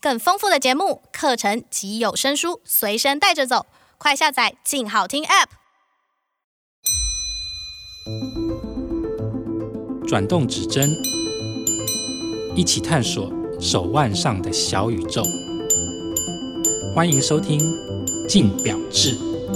更丰富的节目、课程及有声书随身带着走，快下载静好听 App。 转动指针，一起探索手腕上的小宇宙。欢迎收听《静表志》。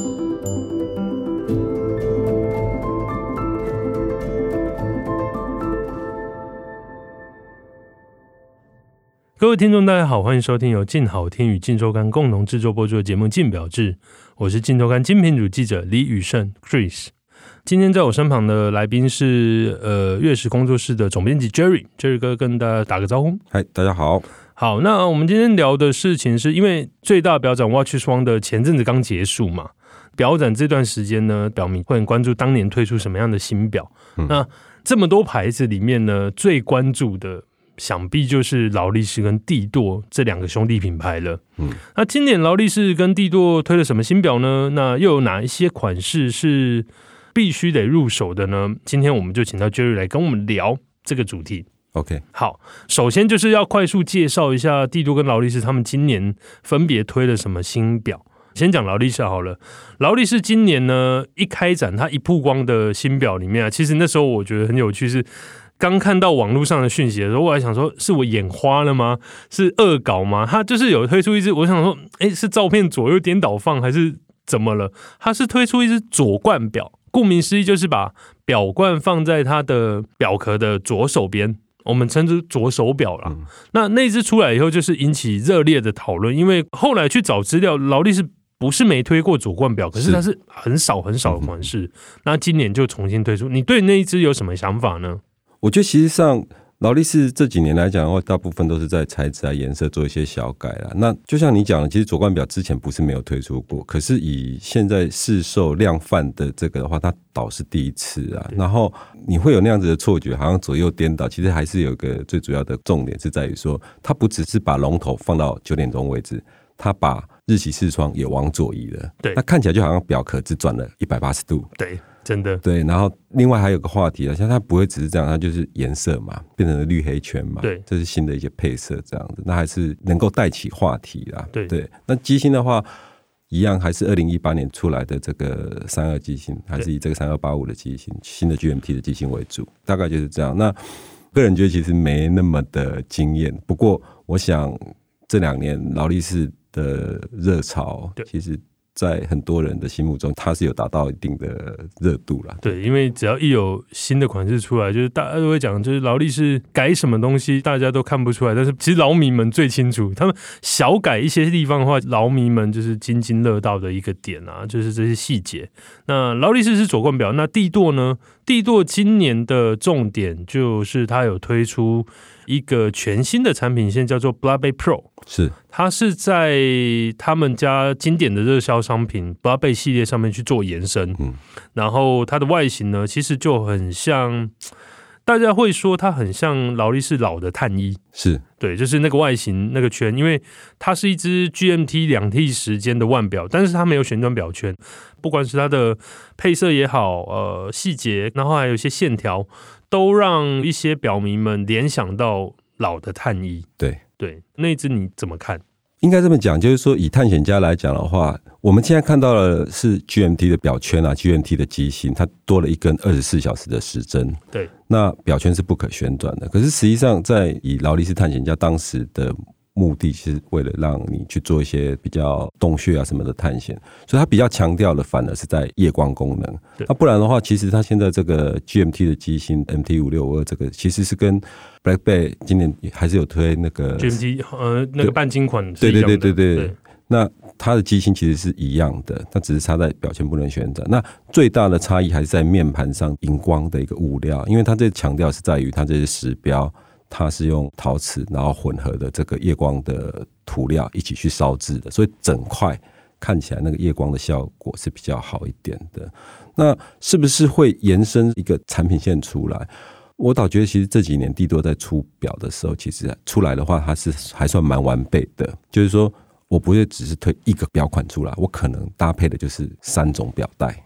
各位听众大家好，欢迎收听由静好听与静周刊共同制作播出的节目《静表志》，我是静周刊精品组记者李宇胜 Chris。 今天在我身旁的来宾是月食工作室的总编辑 Jerry 哥，跟大家打个招呼。 嗨，大家好。 好，那我们今天聊的事情是因为最大表展 Watches Wonder 前阵子刚结束嘛，表展这段时间呢，表迷会很关注当年推出什么样的新表。那这么多牌子里面呢，最关注的想必就是劳力士跟帝舵这两个兄弟品牌了。那今年劳力士跟帝舵推了什么新表呢？那又有哪一些款式是必须得入手的呢？今天我们就请到 Jerry 来跟我们聊这个主题。 OK， 好，首先就是要快速介绍一下帝舵跟劳力士他们今年分别推了什么新表。先讲劳力士好了，劳力士今年呢一开展，它一曝光的新表里面啊，其实那时候我觉得很有趣是。刚看到网络上的讯息的时候，我还想说，是我眼花了吗？是恶搞吗？他就是有推出一只，我想说，是照片左右颠倒放还是怎么了？他是推出一只左冠表，顾名思义就是把表冠放在它的表壳的左手边，我们称之左手表啦。那只出来以后，就是引起热烈的讨论，因为后来去找资料，劳力士不是没推过左冠表，可是它是很少很少的款式。那今年就重新推出，你对那一只有什么想法呢？ 我觉得其实上劳力士这几年来讲的话，大部分都是在材质啊、颜色做一些小改啦。那就像你讲的，其实左冠表之前不是没有推出过，可是以现在市售量贩的这个的话，它倒是第一次啊。然后你会有那样子的错觉，好像左右颠倒，其实还是有一个最主要的重点是在于说，它不只是把龙头放到9点钟位置，它把日期视窗也往左移了。 对， 那看起来就好像表壳只转了180度。 对。真的对，然后另外还有个话题啊，像它不会只是这样，它就是颜色嘛，变成了绿黑圈嘛， 对， 这是新的一些配色这样子，那还是能够带起话题啦。 对， 那机芯的话，一样还是2018年出来的这个32机芯，还是以这个3285的机芯，新的 GMT 的机芯为主，大概就是这样。那个人觉得其实没那么的惊艳，不过我想这2年劳力士的热潮，其实在很多人的心目中，它是有达到一定的热度啦。 对，因为只要一有新的款式出来，就是大家都会讲，就是劳力士改什么东西，大家都看不出来，但是其实劳迷们最清楚，他们小改一些地方的话，劳迷们就是津津乐道的一个点啊，就是这些细节。那劳力士是左冠表，那帝舵呢？帝舵今年的重点就是它有推出一个全新的产品线，叫做 Blood Bay Pro。 是， 它是在他们家经典的热销商品 Blood Bay 系列上面去做延伸。然后它的外形呢，其实就很像，大家会说它很像劳力士老的碳一。 是， 对，就是那个外形那个圈，因为它是一只 GMT 2T 时间的腕表，但是它没有旋转表圈，不管是它的配色也好，细节，然后还有一些线条，都让一些表迷们联想到老的碳一。对，那一只你怎么看？ 应该这么讲，就是说以探险家来讲的话，我们现在看到的是 GMT 的表圈啊 ，GMT 的机芯，它多了一根24小时的时针。 对，那表圈是不可旋转的。可是实际上，在以劳力士探险家当时的目的是为了让你去做一些比较洞穴啊什么的探险，所以它比较强调的反而是在夜光功能。那不然的话，其实它现在这个 GMT 的机芯 MT5652 这个其实是跟 Black Bay 今年还是有推那个 GMT 那个半金款是一样的。 对。那它的机芯其实是一样的，它只是差在表圈不能旋转。那最大的差异还是在面盘上荧光的一个物料，因为它这强调是在于它这些时标。它是用陶瓷然后混合的这个夜光的涂料一起去烧制的，所以整块看起来那个夜光的效果是比较好一点的。那是不是会延伸一个产品线出来？我倒觉得其实这几年帝舵在出表的时候，其实出来的话它是还算蛮完备的，就是说我不会只是推一个表款出来，我可能搭配的就是3种表带。 对，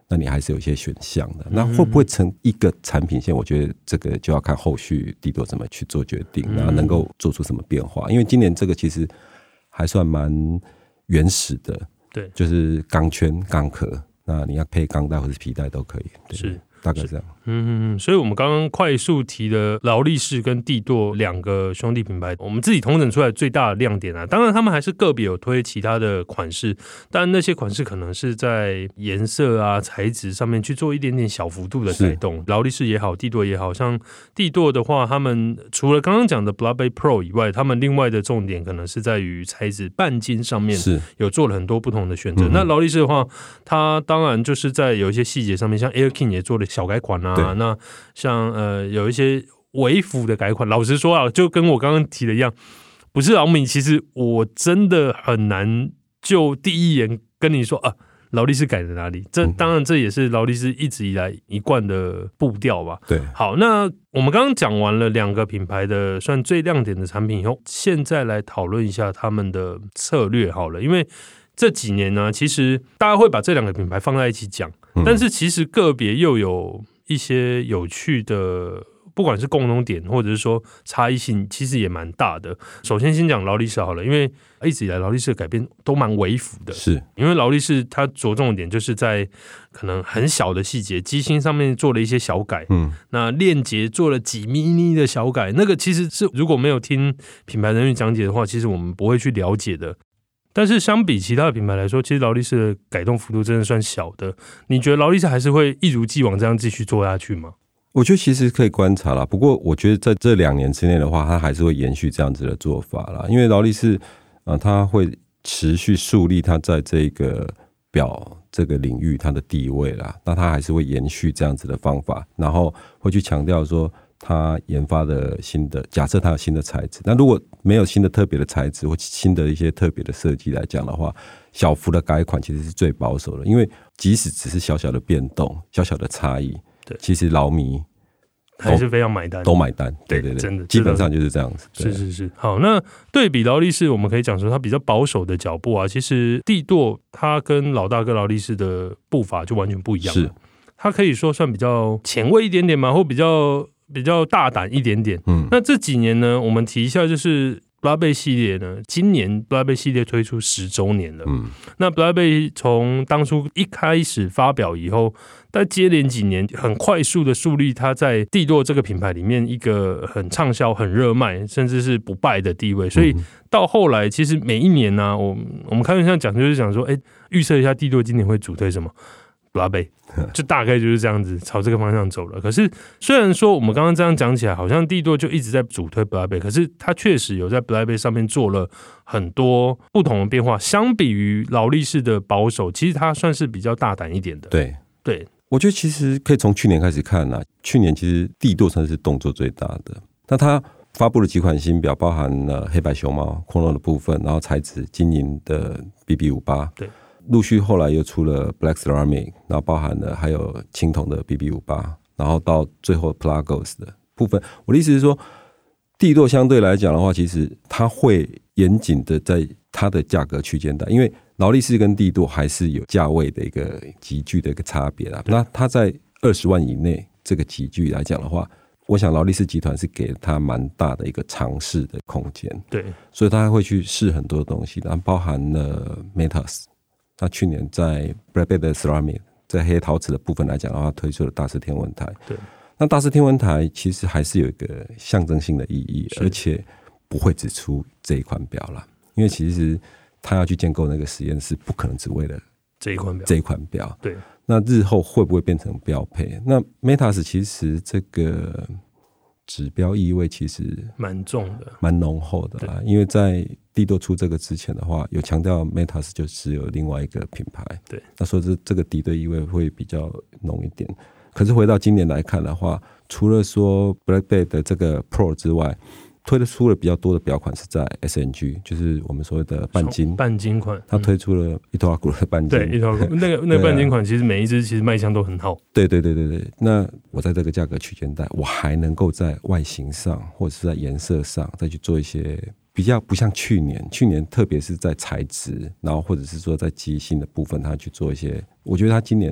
那你还是有一些选项的。那会不会成一个产品线？我觉得这个就要看后续帝舵怎么去做决定，然后能够做出什么变化。因为今年这个其实还算蛮原始的， 对， 就是钢圈、钢壳，那你要配钢带或是皮带都可以，对， 是大概这样。 所以我们刚刚快速提的劳力士跟帝舵两个兄弟品牌，我们自己统整出来最大的亮点啊，当然他们还是个别有推其他的款式，但那些款式可能是在颜色啊、材质上面去做一点点小幅度的改动。劳力士也好，帝舵也好，像帝舵的话，他们除了刚刚讲的 Bloodbay Pro 以外，他们另外的重点可能是在于材质半金上面有做了很多不同的选择。那劳力士的话，它当然就是在有一些细节上面，像 Air King 也做了小改款啊，那像有一些微幅的改款，老实说啊，就跟我刚刚提的一样，不是老米，其实我真的很难就第一眼跟你说啊，劳力士改在哪里？这当然这也是劳力士一直以来一贯的步调吧。 对， 好，那我们刚刚讲完了两个品牌的算最亮点的产品以后，现在来讨论一下他们的策略好了，因为这几年呢，其实大家会把这两个品牌放在一起讲，但是其实个别又有一些有趣的，不管是共同点或者是说差异性，其实也蛮大的。首先先讲劳力士好了，因为一直以来劳力士的改变都蛮微幅的， 是因为劳力士它着重的点就是在可能很小的细节，机芯上面做了一些小改，那链结做了几mini的小改，那个其实是如果没有听品牌人员讲解的话，其实我们不会去了解的。但是相比其他的品牌来说，其实劳力士的改动幅度真的算小的。你觉得劳力士还是会一如既往这样继续做下去吗？ 我觉得其实可以观察啦，不过我觉得在这2年之内的话，它还是会延续这样子的做法啦。因为劳力士它会持续树立它在这个表这个领域它的地位啦，那它还是会延续这样子的方法，然后会去强调说他研发的新的，假设他有新的材质，那如果没有新的特别的材质或新的一些特别的设计来讲的话，小幅的改款其实是最保守的，因为即使只是小小的变动、小小的差异，对，其实劳迷还是非常买单， 都买单，对对对， 真的基本上就是这样子。 是是是，好，那对比劳力士，我们可以讲说它比较保守的脚步啊，其实帝舵它跟老大哥劳力士的步伐就完全不一样了，是它可以说算比较前卫一点点嘛，或比较大胆一点点。那这几年呢，我们提一下，就是 Bloodbay 系列呢，今年 Bloodbay 系列推出10周年了。那 Bloodbay 从当初一开始发表以后，但接连几年很快速的树立它在帝舵这个品牌里面一个很畅销、很热卖，甚至是不败的地位。所以到后来，其实每一年呢、啊，我们开玩笑讲，就是讲说，预测一下帝舵今年会主推什么。Bloodbay 就大概就是这样子朝这个方向走了。可是虽然说我们刚刚这样讲起来，好像帝舵就一直在主推 Bloodbay， 可是它确实有在 Bloodbay 上面做了很多不同的变化。相比于劳力士的保守，其实它算是比较大胆一点的。 对对， 我觉得其实可以从去年开始看啊，去年其实帝舵算是动作最大的。那它发布了几款新表，包含了黑白熊猫 Chrono 的部分，然后材质金银的 BB58， 对。陆续后来又出了 Black Ceramic， 然后包含了还有青铜的 BB58， 然后到最后 Plagos 的部分。我的意思是说，帝舵相对来讲的话，其实它会严谨的在它的价格区间带，因为劳力士跟帝舵还是有价位的一个级距的一个差别啦。那它在20万以内这个级距来讲的话，我想劳力士集团是给它蛮大的一个尝试的空间，对，所以它会去试很多东西，然后包含了 Metas。那去年在 Bloodbay 的 Ceramic 在黑陶瓷的部分来讲的话，推出了大师天文台。对，那大师天文台其实还是有一个象征性的意义，而且不会只出这一款表啦，因为其实他要去建构那个实验室，不可能只为了这一款表。对，那日后会不会变成标配？那 Metas 其实这个指标意味其实蛮重的， 蛮浓厚的啦。因为在帝舵出这个之前的话，有强调 Metas 就只有另外一个品牌，对，那说这个敌对意味会比较浓一点。可是回到今年来看的话，除了说 Bloodbay 的这个 Pro 之外，推出了比较多的表款是在 SNG， 就是我们所谓的半金款，它推出了Itohaku的半金，对，Itohaku 那个半金款，其实每一支其实卖相都很好。对。那我在这个价格区间带，我还能够在外形上或者是在颜色上再去做一些比较不像去年特别是在材质，然后或者是说在机芯的部分，它去做一些，我觉得它今年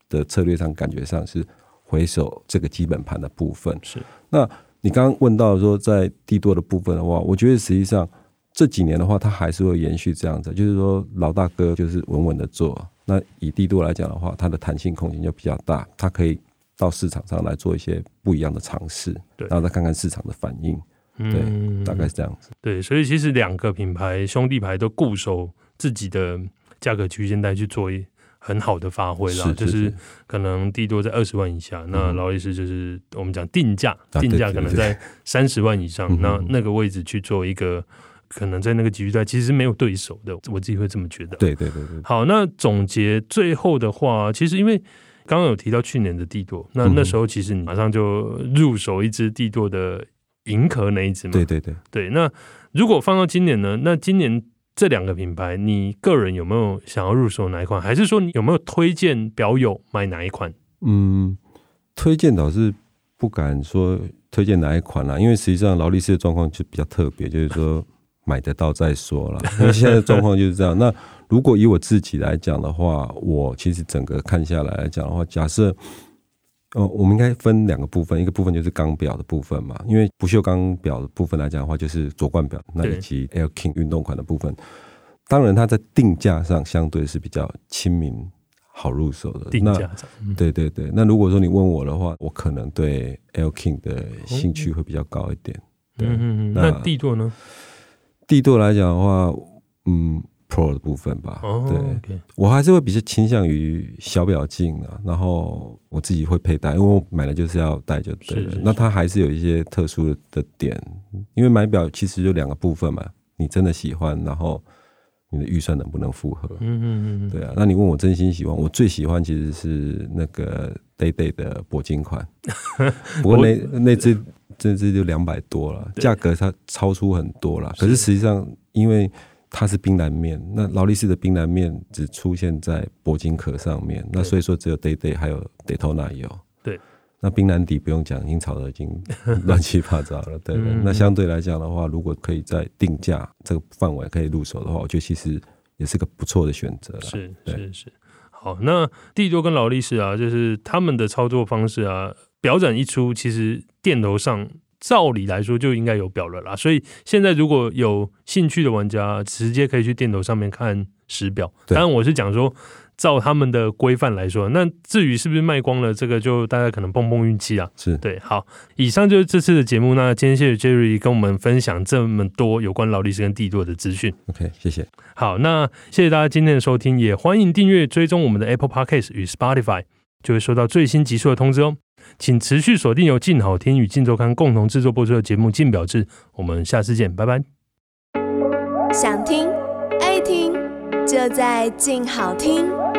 的策略上感觉上是回守这个基本盘的部分。 是， 那你刚刚问到说在帝舵的部分的话，我觉得实际上这几年的话，它还是会延续这样子，就是说老大哥就是稳稳的做。那以帝舵来讲的话，它的弹性空间就比较大，它可以到市场上来做一些不一样的尝试，然后再看看市场的反应。对，大概是这样子。 对，所以其实两个品牌兄弟牌都固守自己的价格区间带去做很好的发挥啦，就是可能帝舵在20万以下，那劳力士就是我们讲定价可能在30万以上，那个位置去做一个可能在那个级距带其实没有对手的，我自己会这么觉得。 对。 好，那总结最后的话，其实因为刚刚有提到去年的帝舵，那时候其实你马上就入手一只帝舵的银壳那一只嘛。对。那如果放到今年呢？那今年这两个品牌，你个人有没有想要入手哪一款？还是说你有没有推荐表友买哪一款？ 推荐倒是不敢说推荐哪一款啦，因为实际上劳力士的状况就比较特别，就是说买得到再说啦。因为现在的状况就是这样。那如果以我自己来讲的话，我其实整个看下来讲的话，假设我们应该分两个部分，一个部分就是钢表的部分嘛，因为不锈钢表的部分来讲的话，就是左冠表，那以及 Air King 运动款的部分，当然它在定价上相对是比较亲民、好入手的。 定价上， 对。那如果说你问我的话，我可能对 Air King 的兴趣会比较高一点。 那帝舵呢？ 帝舵来讲的话，Pro 的部分吧，对， okay. 我还是会比较倾向于小表镜啊，然后我自己会佩戴，因为我买了就是要戴就对了。那它还是有一些特殊的点，因为买表其实就两个部分嘛，你真的喜欢，然后你的预算能不能符合？对啊。那你问我真心喜欢，我最喜欢其实是那个 Day 的铂金款，不过那只就200多了，价格它超出很多了。可是实际上因为它是冰蓝面，那劳力士的冰蓝面只出现在铂金壳上面，那所以说只有 Day 还有 Daytona 有。 对， 那冰蓝底不用讲，已经炒得已经乱七八糟了。对，那相对来讲的话，如果可以在定价这个范围可以入手的话，我觉得其实也是个不错的选择。 是。好，那帝舵跟劳力士啊，就是他们的操作方式啊，表展一出，其实店头上照理来说就应该有表了啦，所以现在如果有兴趣的玩家，直接可以去店头上面看实表。当然我是讲说照他们的规范来说，那至于是不是卖光了，这个就大家可能碰碰运气啊。 是， 对。好，以上就是这次的节目。那今天谢谢 Jerry 跟我们分享这么多有关劳力士跟帝舵的资讯。 OK， 谢谢。 好，那谢谢大家今天的收听，也欢迎订阅追踪我们的 Apple Podcast 与 Spotify， 就会收到最新集数的通知哦。请持续锁定由静好听与静周刊共同制作播出的节目《静表志》，我们下次见，拜拜。 想听爱听，就在静好听。